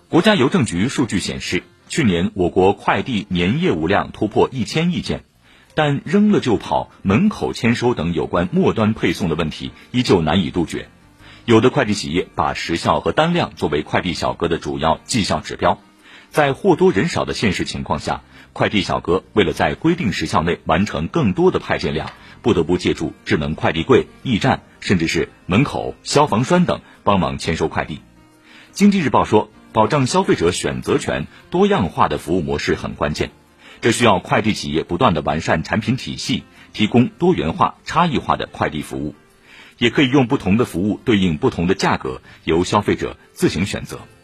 国家邮政局数据显示，去年我国快递年业务量突破1000亿件，但扔了就跑、门口签收等有关末端配送的问题依旧难以杜绝。有的快递企业把时效和单量作为快递小哥的主要绩效指标，在货多人少的现实情况下，快递小哥为了在规定时效内完成更多的派件量，不得不借助智能快递柜、驿站，甚至是门口、消防栓等帮忙签收快递。经济日报说，保障消费者选择权、多样化的服务模式很关键，这需要快递企业不断地完善产品体系，提供多元化、差异化的快递服务，也可以用不同的服务对应不同的价格，由消费者自行选择。